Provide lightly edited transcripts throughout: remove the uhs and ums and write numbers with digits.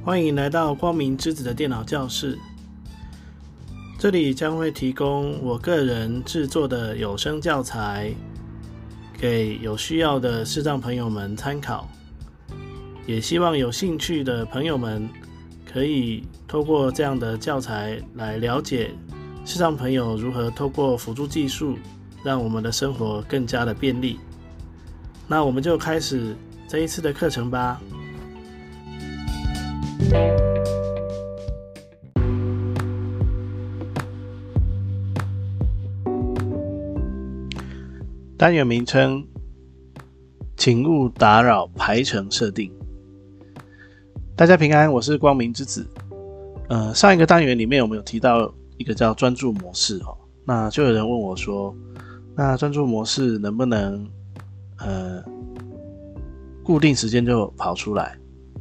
欢迎来到光明之子的电脑教室，这里将会提供我个人制作的有声教材，给有需要的视障朋友们参考。也希望有兴趣的朋友们可以透过这样的教材来了解视障朋友如何透过辅助技术，让我们的生活更加的便利。那我们就开始这一次的课程吧。单元名称：请勿打扰排程设定。大家平安，我是光明之子。上一个单元里面我们有提到一个叫专注模式那就有人问我说，那专注模式能不能固定时间就跑出来？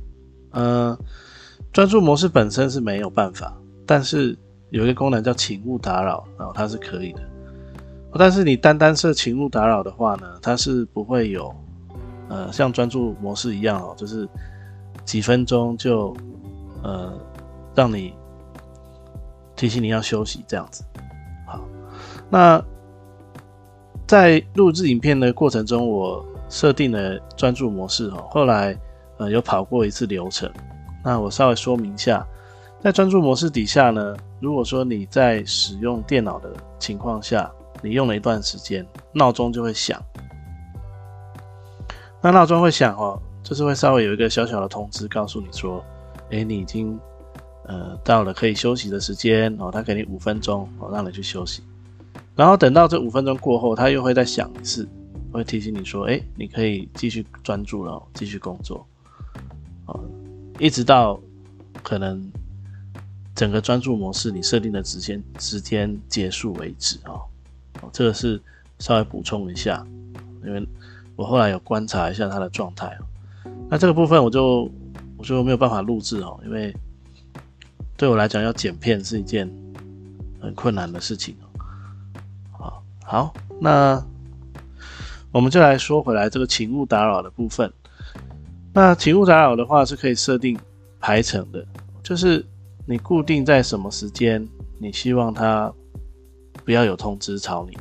专注模式本身是没有办法，但是有一个功能叫请勿打扰，它是可以的。但是你单设请勿打扰的话呢，它是不会有像专注模式一样就是几分钟就让你提醒你要休息这样子。好，那在录制影片的过程中，我设定了专注模式后来有跑过一次流程。那我稍微说明一下，在专注模式底下呢，如果说你在使用电脑的情况下，你用了一段时间，闹钟就会响。那闹钟会响就是会稍微有一个小小的通知告诉你说，你已经到了可以休息的时间它给你5分钟让你去休息。然后等到这5分钟过后，它又会再响一次，会提醒你说你可以继续专注了，继续工作一直到可能整个专注模式你设定的时间结束为止这个是稍微补充一下，因为我后来有观察一下它的状态那这个部分我就没有办法录制因为对我来讲要剪片是一件很困难的事情好，那我们就来说回来这个请勿打扰的部分。那请勿打扰的话是可以设定排程的，就是你固定在什么时间你希望它不要有通知吵你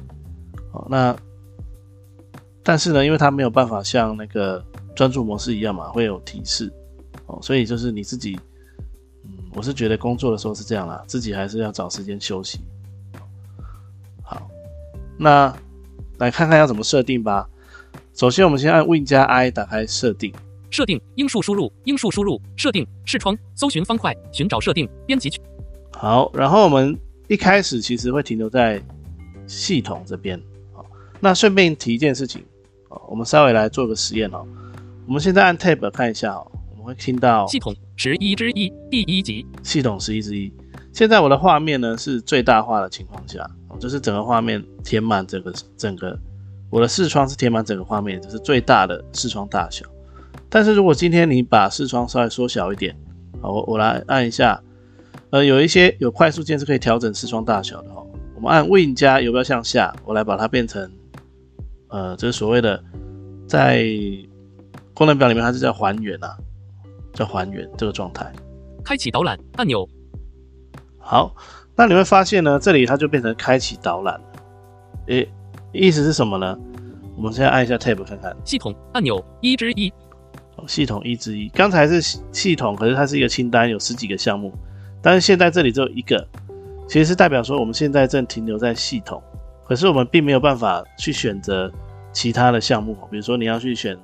但是呢，因为它没有办法像那个专注模式一样嘛，会有提示所以就是你自己我是觉得工作的时候是这样啦，自己还是要找时间休息。好，那来看看要怎么设定吧。首先我们先按 Win 加 I 打开设定， 设定英数输入，英数输入，设定视窗，搜寻方块，寻找设定，编辑区。 好，然后我们一开始其实会停留在系统这边那顺便提一件事情我们稍微来做个实验我们现在按 Tab 看一下我们会听到系统11之1第1集， 系统11之1。现在我的画面呢是最大化的情况下就是整个画面填满整个我的视窗是填满整个画面，就是最大的视窗大小。但是如果今天你把视窗稍微缩小一点我来按一下有一些有快速键是可以调整视窗大小的我们按 Win 加游标向下，我来把它变成这是所谓的在功能表里面它是叫还原叫还原这个状态。 开启导览按钮。 好，那你会发现呢，这里它就变成开启导览了意思是什么呢？我们现在按一下 Tab 看看。 系统按钮1之1， 系统1之1。刚才是系统，可是它是一个清单，有10几个项目，但是现在这里只有一个，其实是代表说我们现在正停留在系统，可是我们并没有办法去选择其他的项目，比如说你要去选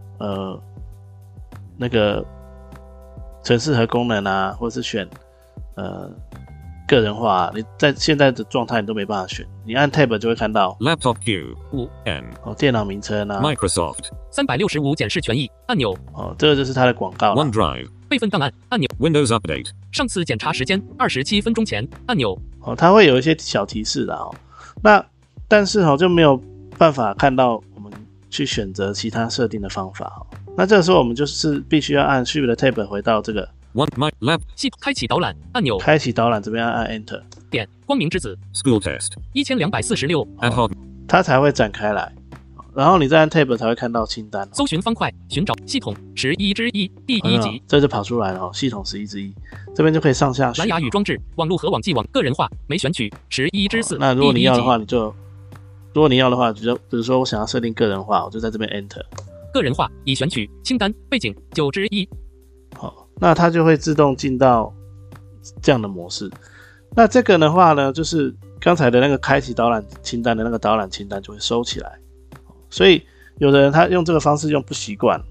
那个程式和功能或者是选个人化你在现在的状态你都没办法选。你按 Tab 就会看到 Laptop Q 5M 电脑名称 Microsoft 365检视权益按钮这个就是它的广告 OneDrive 备份档案按钮 Windows Update 上次检查时间27分钟前按钮它会有一些小提示的那但是就没有办法看到我们去选择其他设定的方法那这个时候我们就是必须要按 Shift 的 Tab 回到这个系统开启导览按钮， 开启导览这边按 Enter， 点光明之子 School Test 1246 Ad hoc 它才会展开来。 然后你再按 Tab 才会看到清单。 搜寻方块，寻找系统11之1第1集， 这就跑出来了哦。系统11之1，这边就可以上下选。 蓝牙与装置、网络和网际网个人化，没选取11之4。 那如果你要的话，如果你要的话，比如说我想要设定个人化，我就在这边 Enter。 个人化已选取，清单背景9之1。 好，那它就会自动进到这样的模式。那这个的话呢，就是刚才的那个开启导览清单的那个导览清单就会收起来。所以有的人他用这个方式用不习惯，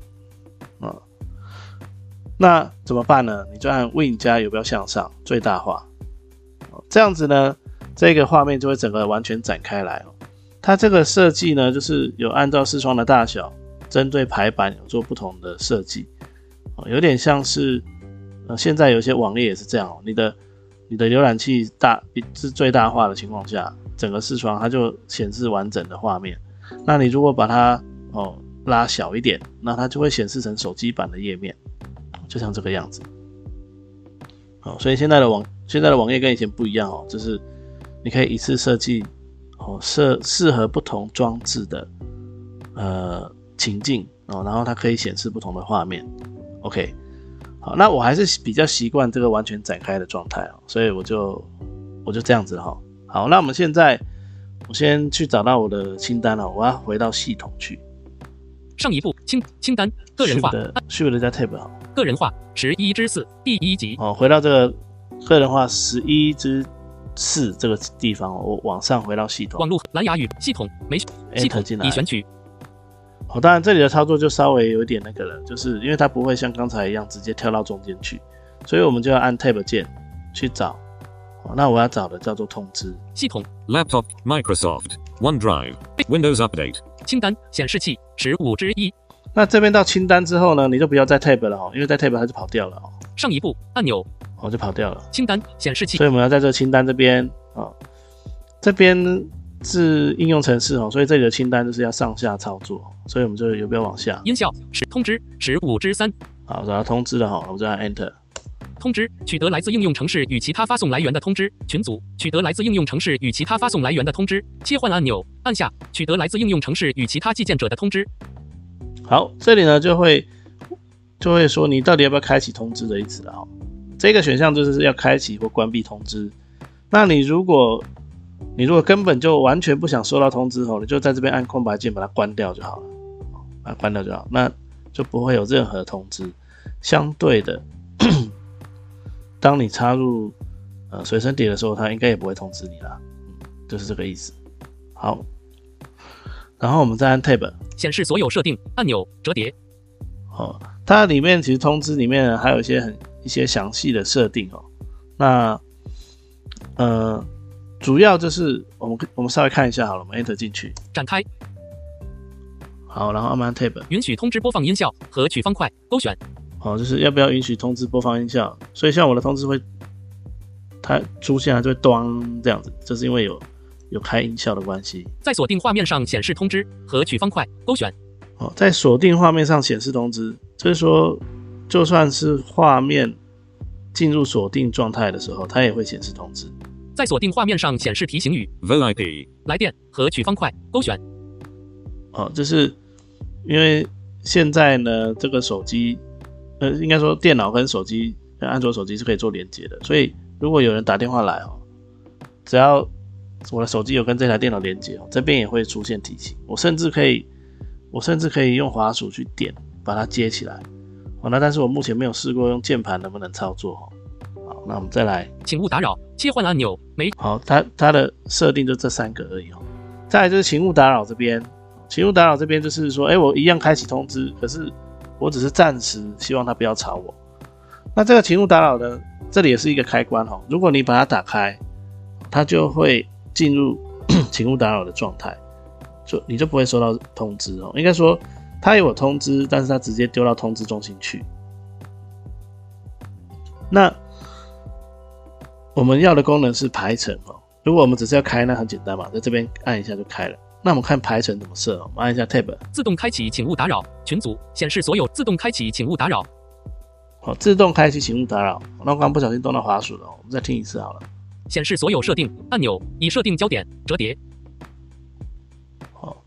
那怎么办呢？你就按 Win 加游标向上最大化，这样子呢，这个画面就会整个完全展开来。它这个设计呢，就是有按照视窗的大小，针对排版有做不同的设计，有点像是现在有些网页也是这样，你的浏览器是最大化的情况下，整个视窗它就显示完整的画面。那你如果把它拉小一点，那它就会显示成手机版的页面，就像这个样子。所以现在的网页跟以前不一样哦，就是你可以一次设计适合不同装置的情境然后它可以显示不同的画面。OK， 好，那我还是比较习惯这个完全展开的状态所以我就这样子哈。好，那我先去找到我的清单了，我要回到系统去。 上一步清单个人化 Shift 加 Tab 好。 个人化11之4第1集。 回到这个个人化11之4这个地方，我往上回到系统。 网络蓝牙与系统没系统已选取。 当然这里的操作就稍微有点那个了，就是因为它不会像刚才一样直接跳到中间去，所以我们就要按 Tab 键去找。那我要找的叫做通知系统 Laptop Microsoft OneDrive Windows Update 清单显示器15之1。 那这边到清单之后呢，你就不要再 Tab 了因为在 Tab 它就跑掉了上一步按钮就跑掉了。 清单显示器， 所以我们要在这个清单这边这边是应用程式所以这里的清单就是要上下操作，所以我们就游标往下。 音效通知15之3。 好，找到通知了我们就按 Enter。 通知取得来自应用程式与其他发送来源的通知。群组取得来自应用程式与其他发送来源的通知。切换按钮按下取得来自应用程式与其他寄件者的通知。 好，这里呢就会说你到底要不要开启通知的意思了这个选项就是要开启或关闭通知。那你如果根本就完全不想收到通知你就在这边按空白键把它关掉就好了，把它关掉就好，那就不会有任何通知。相对的当你插入随身碟的时候，它应该也不会通知你啦，就是这个意思。好，然后我们再按 Tab 显示所有设定按钮折叠。 它里面其实通知里面还有一些详细的设定那主要就是我们稍微看一下好了，我们 Enter 进去展开。 好，然后按 Tab 允许通知播放音效和取方块勾选。 就是要不要允许通知播放音效，所以像我的通知它出现就会咚这样子，就是因为有开音效的关系。 在锁定画面上显示通知和取方块勾选。 在锁定画面上显示通知，就是说就算是画面进入锁定状态的时候，它也会显示通知。 在锁定画面上显示提醒语 VoIP 来电和取方块勾选。 就是因为现在呢这个手机应该说电脑跟手机跟安卓手机是可以做连接的，所以如果有人打电话来只要我的手机有跟这台电脑连接这边也会出现提醒。我甚至可以用滑鼠去点把它接起来那但是我目前没有试过用键盘能不能操作好，那我们再来请勿打扰切换按钮没。 好，它的设定就这3个而已再来就是请勿打扰这边，请勿打扰这边就是说我一样开启通知，可是我只是暂时希望它不要吵我。那这个请勿打扰的这里也是一个开关如果你把它打开，它就会进入请勿打扰的状态，你就不会收到通知应该说它有通知，但是它直接丢到通知中心去。那我们要的功能是排程如果我们只是要开，那很简单嘛，在这边按一下就开了。那我们看排程怎么设我们按一下 Tab 自动开启请勿打扰群组显示所有自动开启请勿打扰。 自动开启请勿打扰。那我刚刚不小心动到滑鼠了我们再听一次好了。 显示所有设定按钮已设定焦点折叠。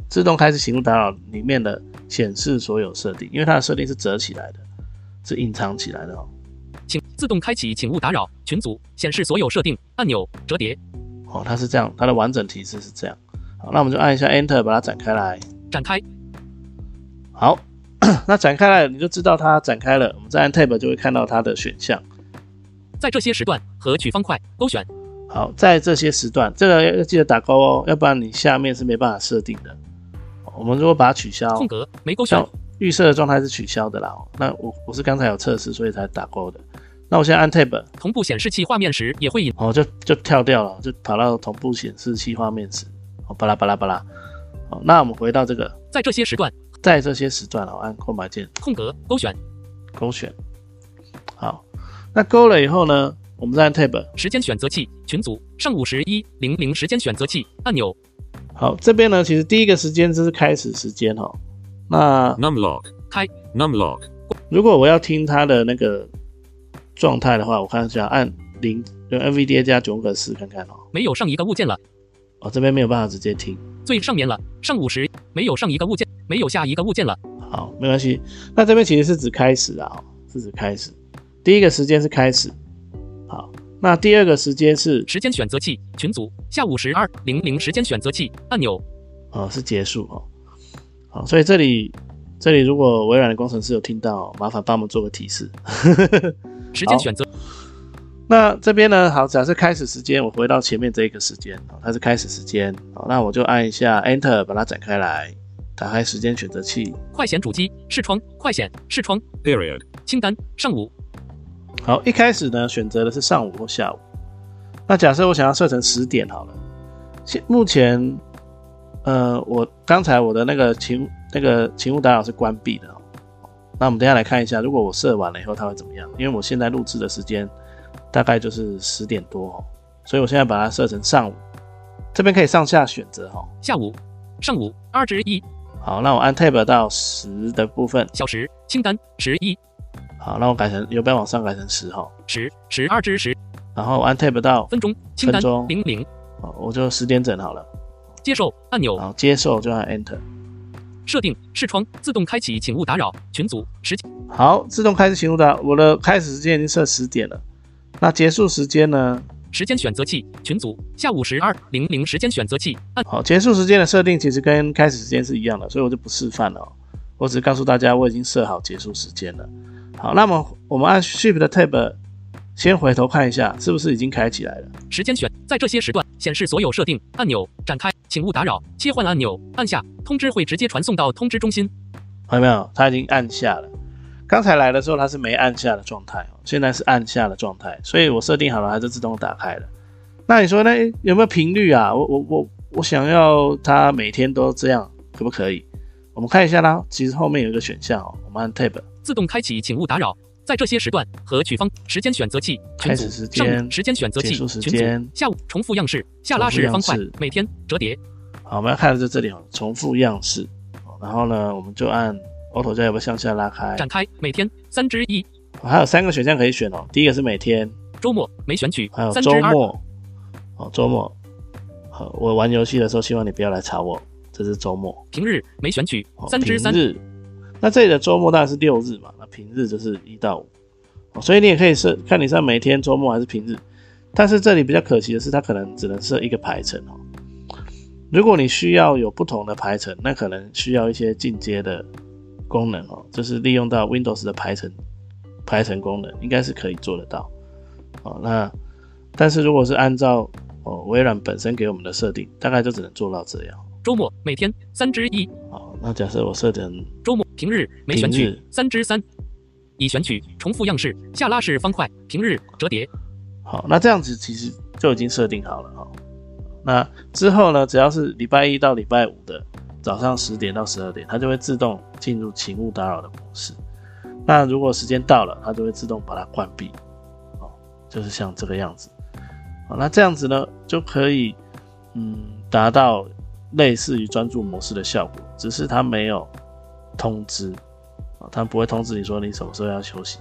自动开始请勿打扰里面的显示所有设定，因为它的设定是折起来的，是隐藏起来的哦。 请自动开启请勿打扰群组显示所有设定按钮折叠。 它是这样，它的完整提示是这样。好，那我们就按一下 Enter 把它展开来。 展开。 好，那展开来你就知道它展开了。我们再按 Tab 就会看到它的选项。 在这些时段和取方块勾选。 好，在这些时段，这个要记得打勾哦，要不然你下面是没办法设定的。我们如果把它取消， 空格没勾选， 预设的状态是取消的啦。那我是刚才有测试，所以才打勾的。那我现在按 Tab， 同步显示器画面时也会引就跳掉了，就跑到同步显示器画面时，巴拉巴拉巴拉。好，那我们回到这个， 在这些时段， 按空白键， 空格勾选， 勾选。好，那勾了以后呢，我们再按 Tab， 时间选择器群组上午11:00时间选择器按钮。 好，这边呢，其实第一个时间就是开始时间哈。那 numlog 开 numlog， 如果我要听它的那个状态的话，我看一下按0用 NVDA 加9个4看看哦。 没有上一个物件了。 这边没有办法直接听。 最上面了，上午时没有上一个物件，没有下一个物件了。 好，没关系。那这边其实是指开始啊，是指开始。第一个时间是开始。好，那第二个时间是时间选择器群组下午12:00时间选择器按钮。 是结束哦。好，所以这里如果微软的工程师有听到，麻烦帮我们做个提示。 时间选择。 那这边呢，好，假设开始时间，我回到前面这一个时间，它是开始时间。好，那我就按一下 Enter 把它展开来，打开时间选择器， 快显主机视窗，快显视窗 period 清单上午。 好，一开始呢选择的是上午或下午。那假设我想要设成10点好了，目前我刚才我的那个请勿打扰是关闭的哦。那我们等一下来看一下，如果我设完了以后它会怎么样？因为我现在录制的时间大概就是10点多哦，所以我现在把它设成上午。这边可以上下选择哦， 下午、上午2:1。 好，那我按 Tab 到10的部分， 小时清单11。 好，那我改成右边往上改成10哈 ，12:10。 然后我按 Tab 到分钟清单00。 好，我就10点整好了。 接受按钮。 好，接受就按 Enter。 设定视窗自动开启，请勿打扰群组时间。 好，自动开始请勿打扰。我的开始时间已经设10点了。那结束时间呢？ 时间选择器群组下午12:00时间选择器按。 好，结束时间的设定其实跟开始时间是一样的，所以我就不示范了哦。我只是告诉大家我已经设好结束时间了。好，那么我们按 Shift Tab 先回头看一下，是不是已经开起来了？ 时间选在这些时段显示所有设定按钮展开，请勿打扰切换按钮按下，通知会直接传送到通知中心。 看到没有？它已经按下了。刚才来的时候它是没按下的状态，现在是按下的状态，所以我设定好了，它就自动打开了。那你说呢？有没有频率啊？我想要它每天都这样，可不可以？我们看一下啦，其实后面有一个选项我们按 Tab 自动开启，请勿打扰。在这些时段和取方时间选择器群组开始时间、 时间选择器结束时群间、 组下午重复样式下拉式方块每天折叠。 好，我们要看的是这里重复样式。然后呢，我们就按 Auto 加有没有向下拉开？ 展开每天3:1。 还有3个选项可以选哦。第一个是每天， 周末没选取， 还有周末。周末。我玩游戏的时候，希望你不要来吵我。这是周末。 平日没选取3:3。 平日。那这里的周末当然是6日嘛，那平日就是1到5。所以你也可以设看你是每天、周末还是平日。但是这里比较可惜的是，它可能只能设一个排程哦。如果你需要有不同的排程，那可能需要一些进阶的功能哦，就是利用到 Windows 的排程功能，应该是可以做得到。那但是如果是按照微软本身给我们的设定，大概就只能做到这样。 周末每天3:1。 好，那假设我设成周末平日没选取3:3。已选取重复样式下拉式方块平日折叠。 好，那这样子其实就已经设定好了哈。那之后呢，只要是礼拜1到礼拜5的早上10点到12点，它就会自动进入请勿打扰的模式。那如果时间到了，它就会自动把它关闭。就是像这个样子。好，那这样子呢，就可以达到类似于专注模式的效果，只是它没有通知。它不会通知你说你什么时候要休息。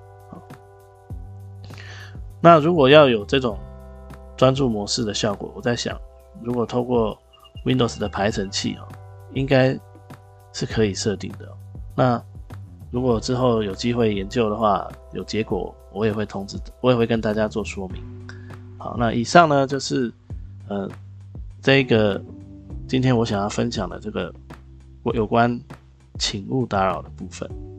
那如果要有这种专注模式的效果，我在想，如果透过 Windows 的排程器应该是可以设定的。那如果之后有机会研究的话，有结果我也会通知，我也会跟大家做说明。好，那以上呢就是这个今天我想要分享的这个有关请勿打扰的部分。